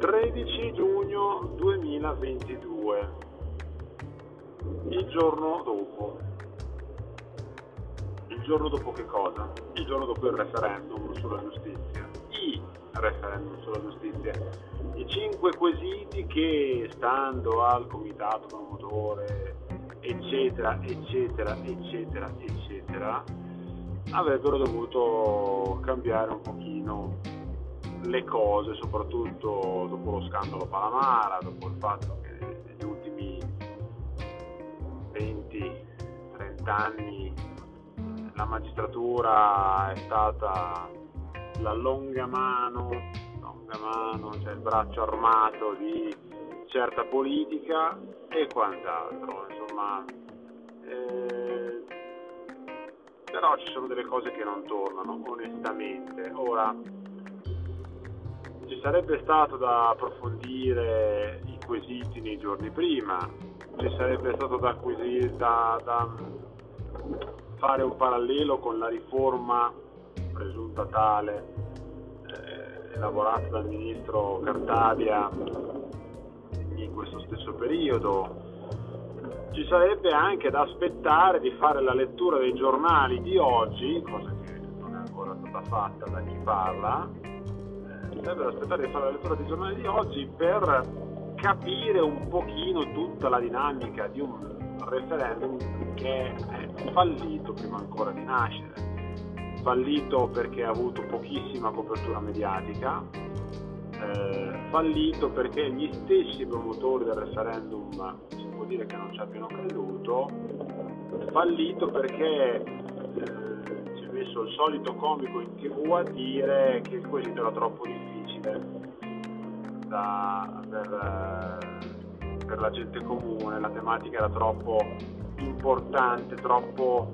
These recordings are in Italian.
13 giugno 2022, il giorno dopo. Il giorno dopo che cosa? Il giorno dopo il referendum sulla giustizia. I referendum sulla giustizia. I 5 quesiti che, stando al comitato promotore, eccetera, eccetera, eccetera, eccetera, avrebbero dovuto cambiare un pochino le cose, soprattutto dopo lo scandalo Palamara, dopo il fatto che negli ultimi 20-30 anni la magistratura è stata la longa mano, cioè il braccio armato di certa politica e quant'altro, insomma. Però ci sono delle cose che non tornano, onestamente. Ora, ci sarebbe stato da approfondire i quesiti nei giorni prima, ci sarebbe stato da fare un parallelo con la riforma presunta tale elaborata dal ministro Cartabia in questo stesso periodo. Ci sarebbe anche da aspettare di fare la lettura dei giornali di oggi, cosa che non è ancora stata fatta da chi parla. Ci sarebbe da aspettare di fare la lettura dei giornali di oggi per capire un pochino tutta la dinamica di un referendum che è fallito prima ancora di nascere. Fallito perché ha avuto pochissima copertura mediatica, fallito perché gli stessi promotori del referendum si può dire che non ci abbiano creduto, fallito perché ci è messo il solito comico in TV a dire che il quesito era troppo difficile per la gente comune, la tematica era troppo importante, troppo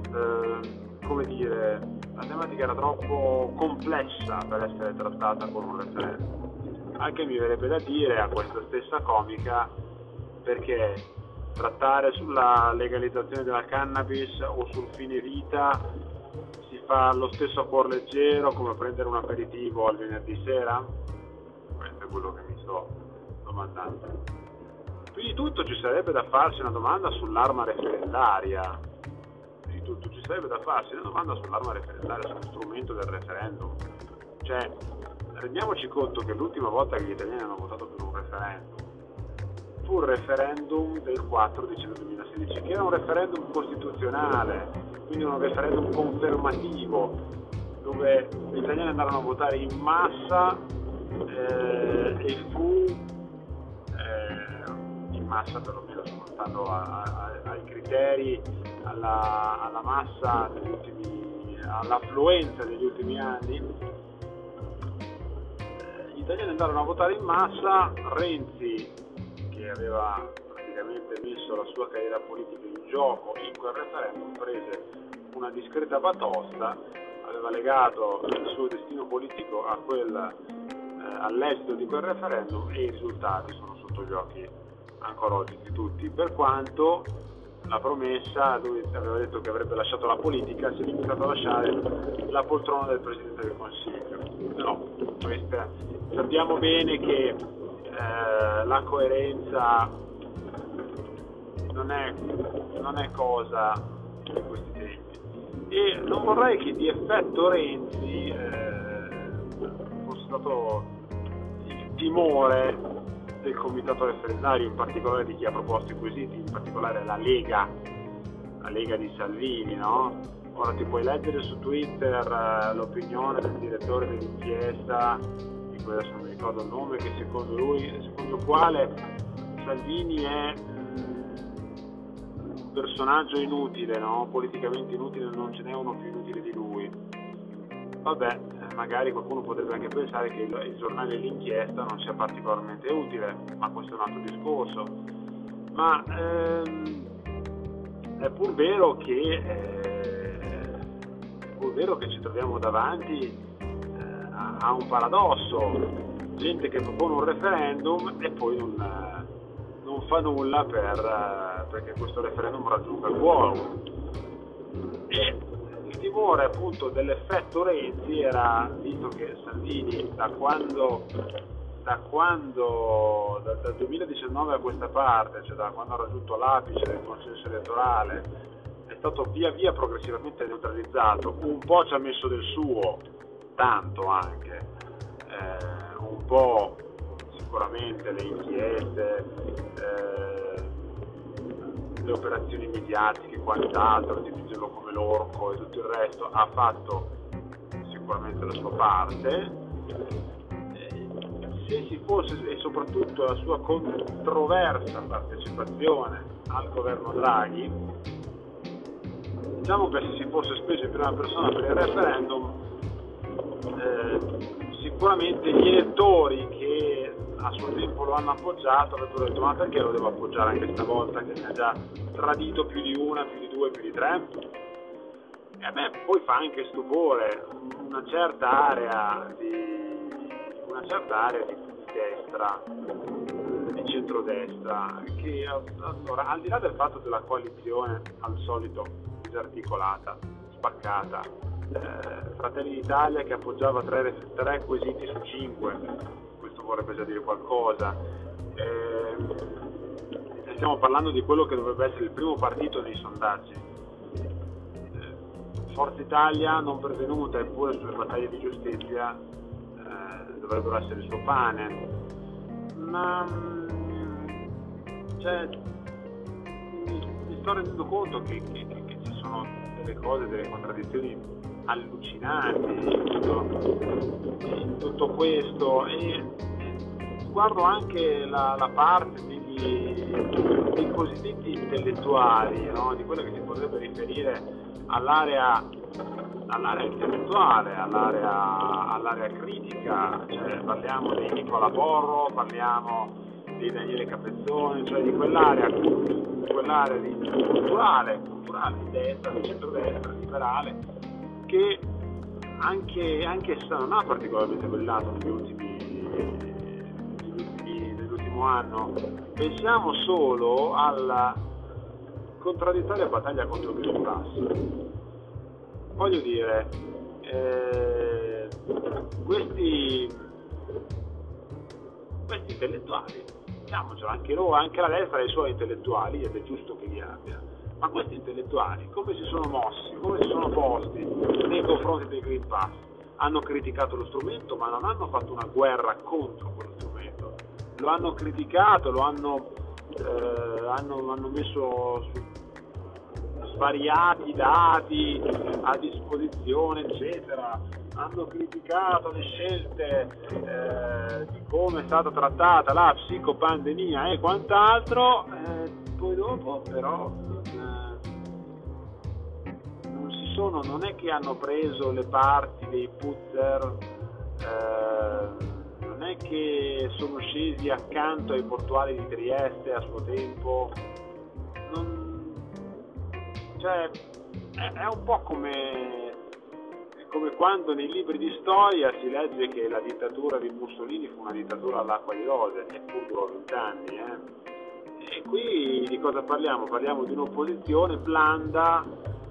la tematica era troppo complessa per essere trattata con un referendum. Anche mi verrebbe da dire a questa stessa comica, perché trattare sulla legalizzazione della cannabis o sul fine vita si fa lo stesso a cuor leggero come prendere un aperitivo al venerdì sera? Questo è quello che mi sto domandando. Più di tutto ci sarebbe da farsi una domanda sull'arma referendaria. Ci sarebbe da farsi una domanda sull'arma referendaria, sullo strumento del referendum. Cioè, rendiamoci conto che l'ultima volta che gli italiani hanno votato per un referendum fu il referendum del 4 dicembre 2016, che era un referendum costituzionale, quindi un referendum confermativo, dove gli italiani andarono a votare in massa e fu in massa, perlomeno stando ai criteri, alla massa all'affluenza degli ultimi anni. Gli italiani andarono a votare in massa. Renzi, che aveva praticamente messo la sua carriera politica in gioco in quel referendum, prese una discreta batosta, aveva legato il suo destino politico all'esito di quel referendum e i risultati sono sotto gli occhi ancora oggi di tutti. Per quanto la promessa, lui aveva detto che avrebbe lasciato la politica, si è limitato a lasciare la poltrona del Presidente del Consiglio. No, sappiamo bene che la coerenza non è cosa di questi tempi, e non vorrei che di effetto Renzi fosse stato il timore del comitato referendario, in particolare di chi ha proposto i quesiti, in particolare la Lega di Salvini, no? Ora ti puoi leggere su Twitter l'opinione del direttore dell'inchiesta, di cui adesso non mi ricordo il nome, che secondo il quale Salvini è un personaggio inutile, no? Politicamente inutile, non ce n'è uno più inutile di lui. Vabbè, magari qualcuno potrebbe anche pensare che il giornale dell'inchiesta non sia particolarmente utile, ma questo è un altro discorso. Ma è pur vero che ci troviamo davanti a un paradosso: gente che propone un referendum e poi non fa nulla perché questo referendum raggiunga il quorum. E il timore appunto dell'effetto Renzi era, visto che Salvini da quando dal 2019 a questa parte, cioè da quando ha raggiunto l'apice del consenso elettorale, è stato via via progressivamente neutralizzato. Un po' ci ha messo del suo, tanto anche, un po' sicuramente le inchieste, le operazioni mediatiche, quant'altro, dipingerlo come l'orco e tutto il resto, ha fatto sicuramente la sua parte. Se si fosse, e soprattutto la sua controversa partecipazione al governo Draghi, diciamo che se si fosse speso in prima persona per il referendum, sicuramente gli elettori che a suo tempo lo hanno appoggiato avrebbero detto: ma perché lo devo appoggiare anche stavolta, che mi ha già tradito più di una, più di due, più di tre? E a me poi fa anche stupore una certa area di destra, di centrodestra, che allora, al di là del fatto della coalizione al solito disarticolata, spaccata, Fratelli d'Italia che appoggiava tre quesiti su 5, questo vorrebbe già dire qualcosa. Stiamo parlando di quello che dovrebbe essere il primo partito nei sondaggi. Forza Italia non pervenuta, eppure sulle battaglie di giustizia dovrebbero essere il suo pane. Ma mi sto rendendo conto che ci sono delle cose, delle contraddizioni allucinanti in tutto questo, e guardo anche la parte dei cosiddetti intellettuali, no? Di quello che si potrebbe riferire all'area intellettuale, all'area critica, cioè parliamo di Nicola Porro, parliamo di Daniele Capezzone, cioè di quell'area di culturale di destra, di centrodestra, liberale, che anche se non ha particolarmente brillato nell'ultimo anno. Pensiamo solo alla contraddittoria battaglia contro il Green Pass. Voglio dire, questi intellettuali, diciamocelo, anche la destra ha i suoi intellettuali, ed è giusto che li abbia, ma questi intellettuali come si sono mossi, come si sono posti nei confronti del Green Pass? Hanno criticato lo strumento, ma non hanno fatto una guerra contro quello strumento, lo hanno criticato, hanno messo su svariati dati a disposizione, eccetera, hanno criticato le scelte di come è stata trattata la psicopandemia e quant'altro, poi dopo però non è che hanno preso le parti dei puzzer, non è che sono scesi accanto ai portuali di Trieste a suo tempo, è un po' come quando nei libri di storia si legge che la dittatura di Mussolini fu una dittatura all'acqua di rose, eppure durò 20 anni. E qui di cosa parliamo? Parliamo di un'opposizione blanda,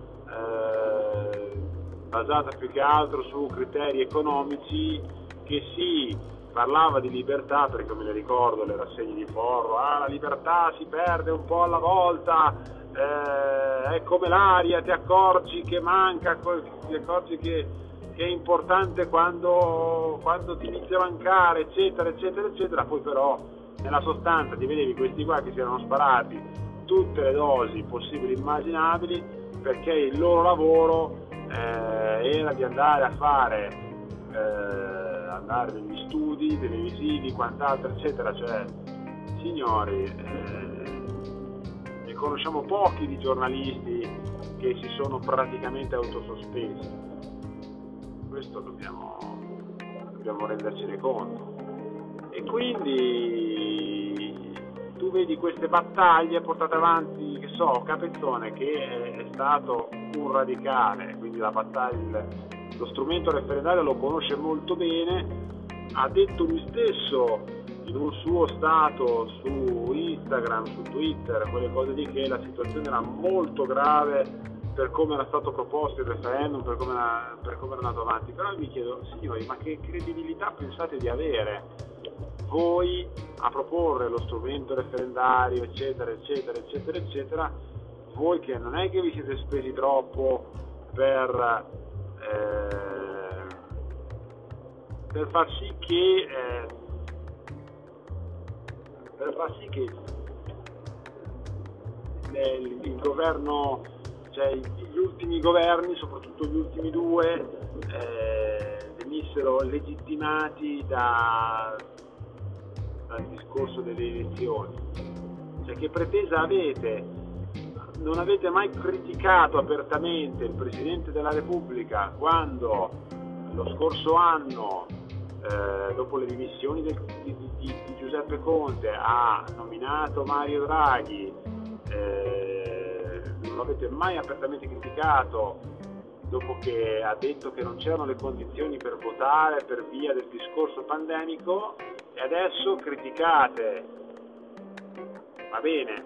basata più che altro su criteri economici, che si parlava di libertà, perché me le ricordo le rassegne di Porro, la libertà si perde un po' alla volta, è come l'aria, ti accorgi che manca, ti accorgi che è importante quando ti inizia a mancare, eccetera eccetera eccetera. Poi però nella sostanza ti vedevi questi qua che si erano sparati tutte le dosi possibili e immaginabili, perché il loro lavoro era di andare a andare negli studi televisivi, quant'altro eccetera. Cioè, signori, ne conosciamo pochi di giornalisti che si sono praticamente autosospesi. Questo dobbiamo rendercene conto. E quindi tu vedi queste battaglie portate avanti, che so, Capezzone, che è stato un radicale, quindi la battaglia, lo strumento referendario lo conosce molto bene, ha detto lui stesso in un suo stato su Instagram, su Twitter, quelle cose lì, che la situazione era molto grave per come era stato proposto il referendum, per come era andato avanti, però mi chiedo, signori, ma che credibilità pensate di avere voi a proporre lo strumento referendario, eccetera, eccetera, eccetera, eccetera, voi che non è che vi siete spesi troppo per far sì che il governo, cioè gli ultimi governi, soprattutto gli ultimi due, venissero legittimati dal discorso delle elezioni. Cioè, che pretesa avete? Non avete mai criticato apertamente il Presidente della Repubblica quando lo scorso anno, dopo le dimissioni di Giuseppe Conte, ha nominato Mario Draghi. Non l'avete mai apertamente criticato dopo che ha detto che non c'erano le condizioni per votare per via del discorso pandemico, e adesso criticate. Va bene,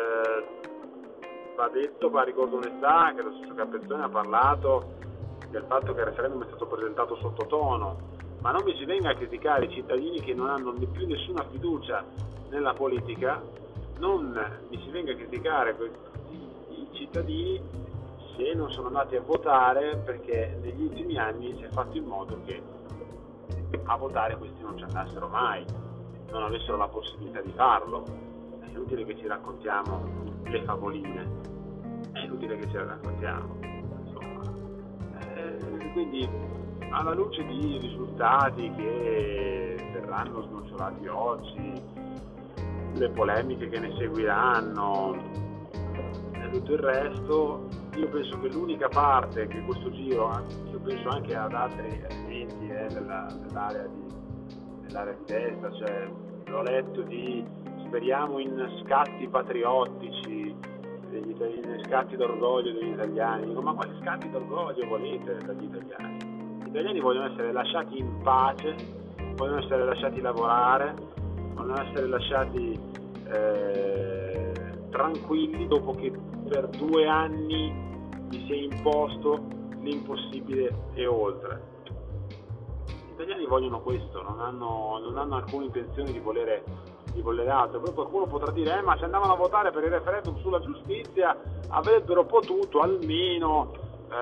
va detto, va ricordo onestà, che lo stesso Capezzone ha parlato del fatto che il referendum è stato presentato sottotono, ma non mi si venga a criticare i cittadini che non hanno più nessuna fiducia nella politica, non mi si venga a criticare i cittadini se non sono andati a votare, perché negli ultimi anni si è fatto in modo che a votare questi non ci andassero mai, non avessero la possibilità di farlo. È inutile che ci raccontiamo le favoline, è inutile che ce le raccontiamo, insomma. Quindi, alla luce di risultati che verranno snocciolati oggi, le polemiche che ne seguiranno e tutto il resto, io penso che l'unica parte che questo giro, io penso anche ad altri elementi dell'area di destra, cioè l'ho letto di speriamo in scatti patriottici degli italiani, scatti d'orgoglio degli italiani. Dico, ma quali scatti d'orgoglio volete dagli italiani? Gli italiani vogliono essere lasciati in pace, vogliono essere lasciati lavorare, vogliono essere lasciati tranquilli dopo che per 2 anni gli si è imposto l'impossibile e oltre. Gli italiani vogliono questo, non hanno alcuna intenzione di volere altro. Poi qualcuno potrà dire ma se andavano a votare per il referendum sulla giustizia avrebbero potuto almeno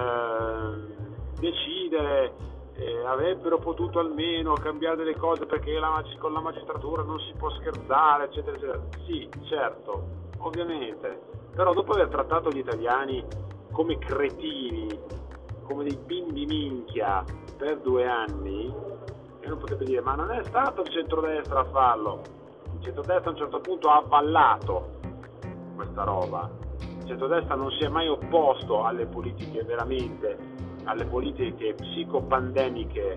decidere, avrebbero potuto almeno cambiare delle cose, perché con la magistratura non si può scherzare, eccetera, eccetera. Sì, certo, ovviamente, però dopo aver trattato gli italiani come cretini, come dei bimbi minchia per 2 anni, e non potete dire ma non è stato il centrodestra a farlo. Il centrodestra a un certo punto ha avallato questa roba. Il centrodestra non si è mai opposto alle politiche alle politiche psicopandemiche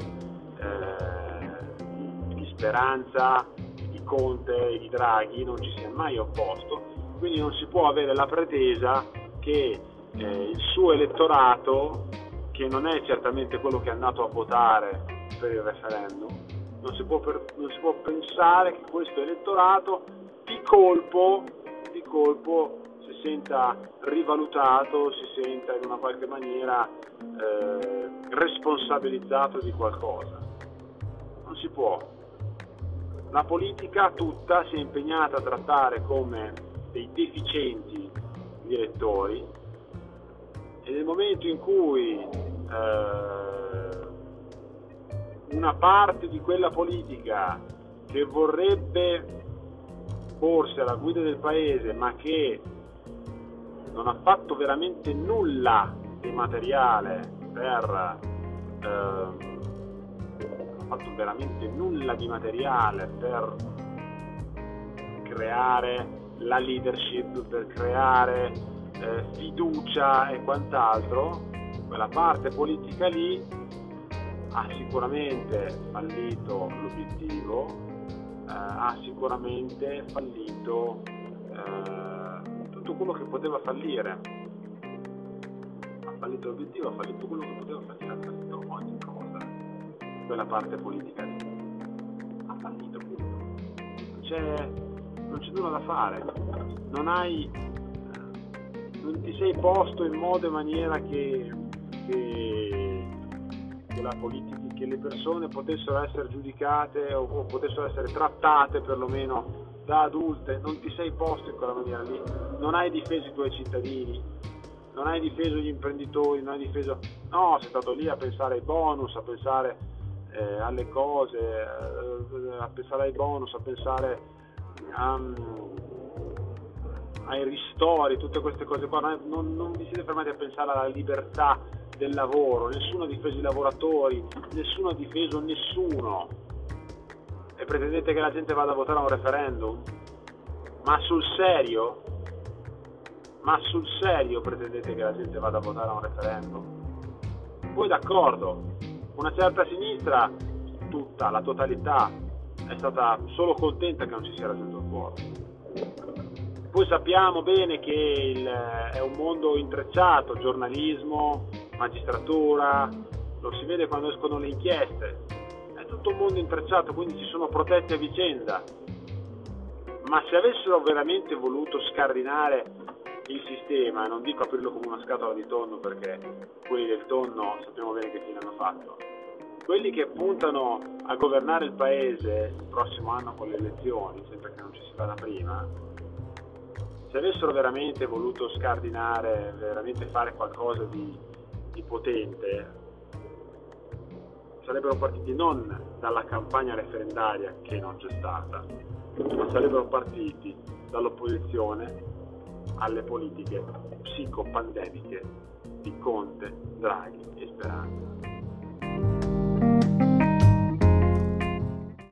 di Speranza, di Conte e di Draghi, non ci si è mai opposto, quindi non si può avere la pretesa che il suo elettorato, che non è certamente quello che è andato a votare per il referendum, non si può pensare che questo elettorato di colpo si senta rivalutato, si senta in una qualche maniera responsabilizzato di qualcosa. Non si può. La politica tutta si è impegnata a trattare come dei deficienti gli elettori, e nel momento in cui una parte di quella politica che vorrebbe porsi alla guida del paese, ma che non ha fatto veramente nulla di materiale per creare la leadership, per creare fiducia e quant'altro, quella parte politica lì ha sicuramente fallito l'obiettivo, ha sicuramente fallito tutto quello che poteva fallire. Ha fallito l'obiettivo, ha fallito quello che poteva fallire, ha fallito ogni cosa. Quella parte politica lì ha fallito tutto. Non c'è nulla da fare. Non hai non ti sei posto in modo e maniera che la politica, che le persone potessero essere giudicate o potessero essere trattate perlomeno da adulte, non ti sei posto in quella maniera lì, non hai difeso i tuoi cittadini, non hai difeso gli imprenditori, non hai difeso, no, sei stato lì a pensare ai bonus, a pensare alle cose, a pensare ai bonus, a pensare ai ristori, tutte queste cose qua, non vi siete fermati a pensare alla libertà del lavoro, nessuno ha difeso i lavoratori, nessuno ha difeso nessuno, e pretendete che la gente vada a votare a un referendum? Ma sul serio? Ma sul serio pretendete che la gente vada a votare a un referendum? Poi d'accordo, una certa sinistra, tutta, la totalità, è stata solo contenta che non ci sia raggiunto il quorum. Poi sappiamo bene che è un mondo intrecciato, giornalismo, magistratura, lo si vede quando escono le inchieste, è tutto un mondo intrecciato, quindi ci sono protetti a vicenda. Ma se avessero veramente voluto scardinare il sistema, non dico aprirlo come una scatola di tonno, perché quelli del tonno sappiamo bene che fine hanno fatto, quelli che puntano a governare il paese il prossimo anno con le elezioni, sempre che non ci si vada prima, se avessero veramente voluto scardinare, veramente fare qualcosa di potente, sarebbero partiti non dalla campagna referendaria, che non c'è stata, ma sarebbero partiti dall'opposizione alle politiche psicopandemiche di Conte, Draghi e Speranza.